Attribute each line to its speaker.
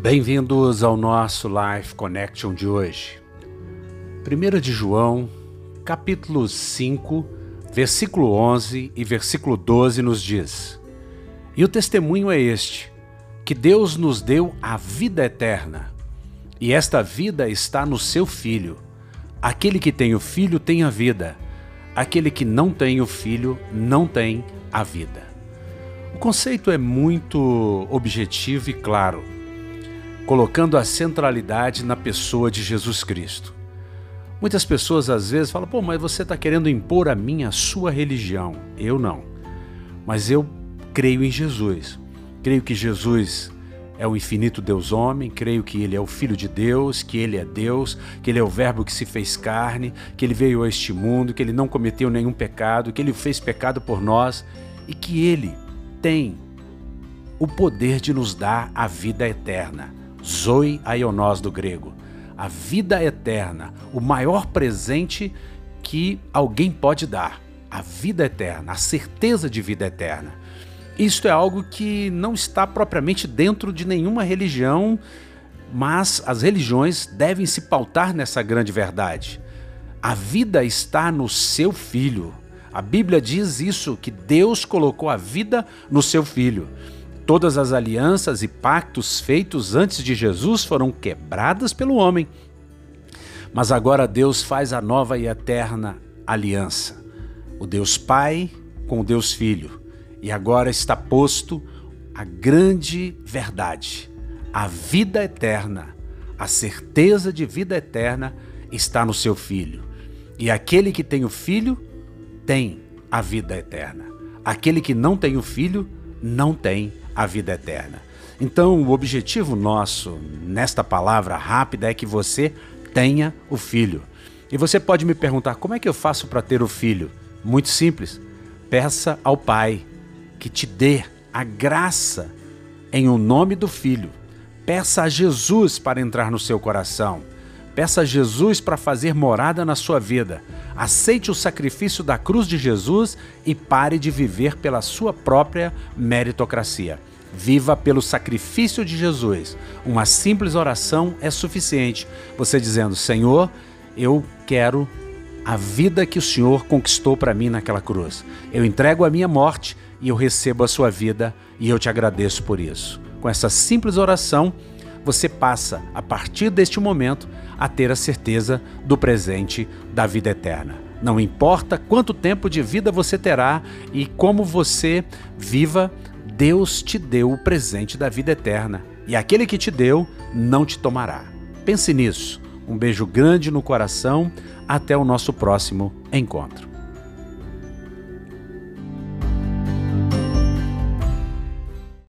Speaker 1: Bem-vindos ao nosso Life Connection de hoje. 1 de João, capítulo 5, versículo 11 e versículo 12 nos diz: E o testemunho é este, que Deus nos deu a vida eterna, e esta vida está no seu Filho. Aquele que tem o Filho tem a vida, aquele que não tem o Filho não tem a vida. O conceito é muito objetivo e claro, colocando a centralidade na pessoa de Jesus Cristo. Muitas pessoas às vezes falam, mas você está querendo impor a mim a sua religião. Eu não. Mas eu creio em Jesus. Creio que Jesus é o infinito Deus homem, creio que Ele é o Filho de Deus, que Ele é Deus, que Ele é o Verbo que se fez carne, que Ele veio a este mundo, que Ele não cometeu nenhum pecado, que Ele fez pecado por nós e que Ele tem o poder de nos dar a vida eterna. Zoe aionós do grego, a vida eterna, o maior presente que alguém pode dar, a vida eterna, a certeza de vida eterna. Isto é algo que não está propriamente dentro de nenhuma religião, mas as religiões devem se pautar nessa grande verdade. A vida está no seu Filho. A Bíblia diz isso, que Deus colocou a vida no seu Filho. Todas as alianças e pactos feitos antes de Jesus foram quebradas pelo homem. Mas agora Deus faz a nova e eterna aliança. O Deus Pai com o Deus Filho. E agora está posto a grande verdade. A vida eterna, a certeza de vida eterna está no seu Filho. E aquele que tem o Filho tem a vida eterna. Aquele que não tem o Filho não tem a vida eterna. Então, o objetivo nosso nesta palavra rápida é que você tenha o Filho. E você pode me perguntar, como é que eu faço para ter o Filho? Muito simples. Peça ao Pai que te dê a graça em o nome do Filho. Peça a Jesus para entrar no seu coração. Peça a Jesus para fazer morada na sua vida. Aceite o sacrifício da cruz de Jesus e pare de viver pela sua própria meritocracia. Viva pelo sacrifício de Jesus. Uma simples oração é suficiente. Você dizendo, Senhor, eu quero a vida que o Senhor conquistou para mim naquela cruz. Eu entrego a minha morte e eu recebo a sua vida e eu te agradeço por isso. Com essa simples oração, você passa, a partir deste momento, a ter a certeza do presente da vida eterna. Não importa quanto tempo de vida você terá e como você viva, Deus te deu o presente da vida eterna. E aquele que te deu não te tomará. Pense nisso. Um beijo grande no coração. Até o nosso próximo encontro.